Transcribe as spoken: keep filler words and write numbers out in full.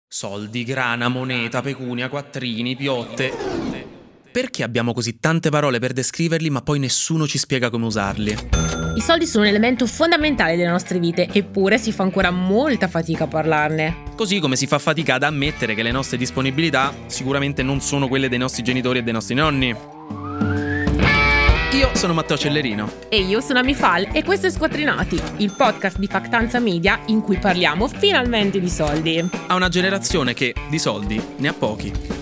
Soldi, grana, moneta, pecunia, quattrini, piotte. Perché abbiamo così tante parole per descriverli, ma poi nessuno ci spiega come usarli? I soldi sono un elemento fondamentale delle nostre vite, eppure si fa ancora molta fatica a parlarne. Così come si fa fatica ad ammettere che le nostre disponibilità sicuramente non sono quelle dei nostri genitori e dei nostri nonni. Io sono Matteo Cellerino. E io sono Amifal e questo è Squattrinati, il podcast di Factanza Media in cui parliamo finalmente di soldi. A una generazione che di soldi ne ha pochi.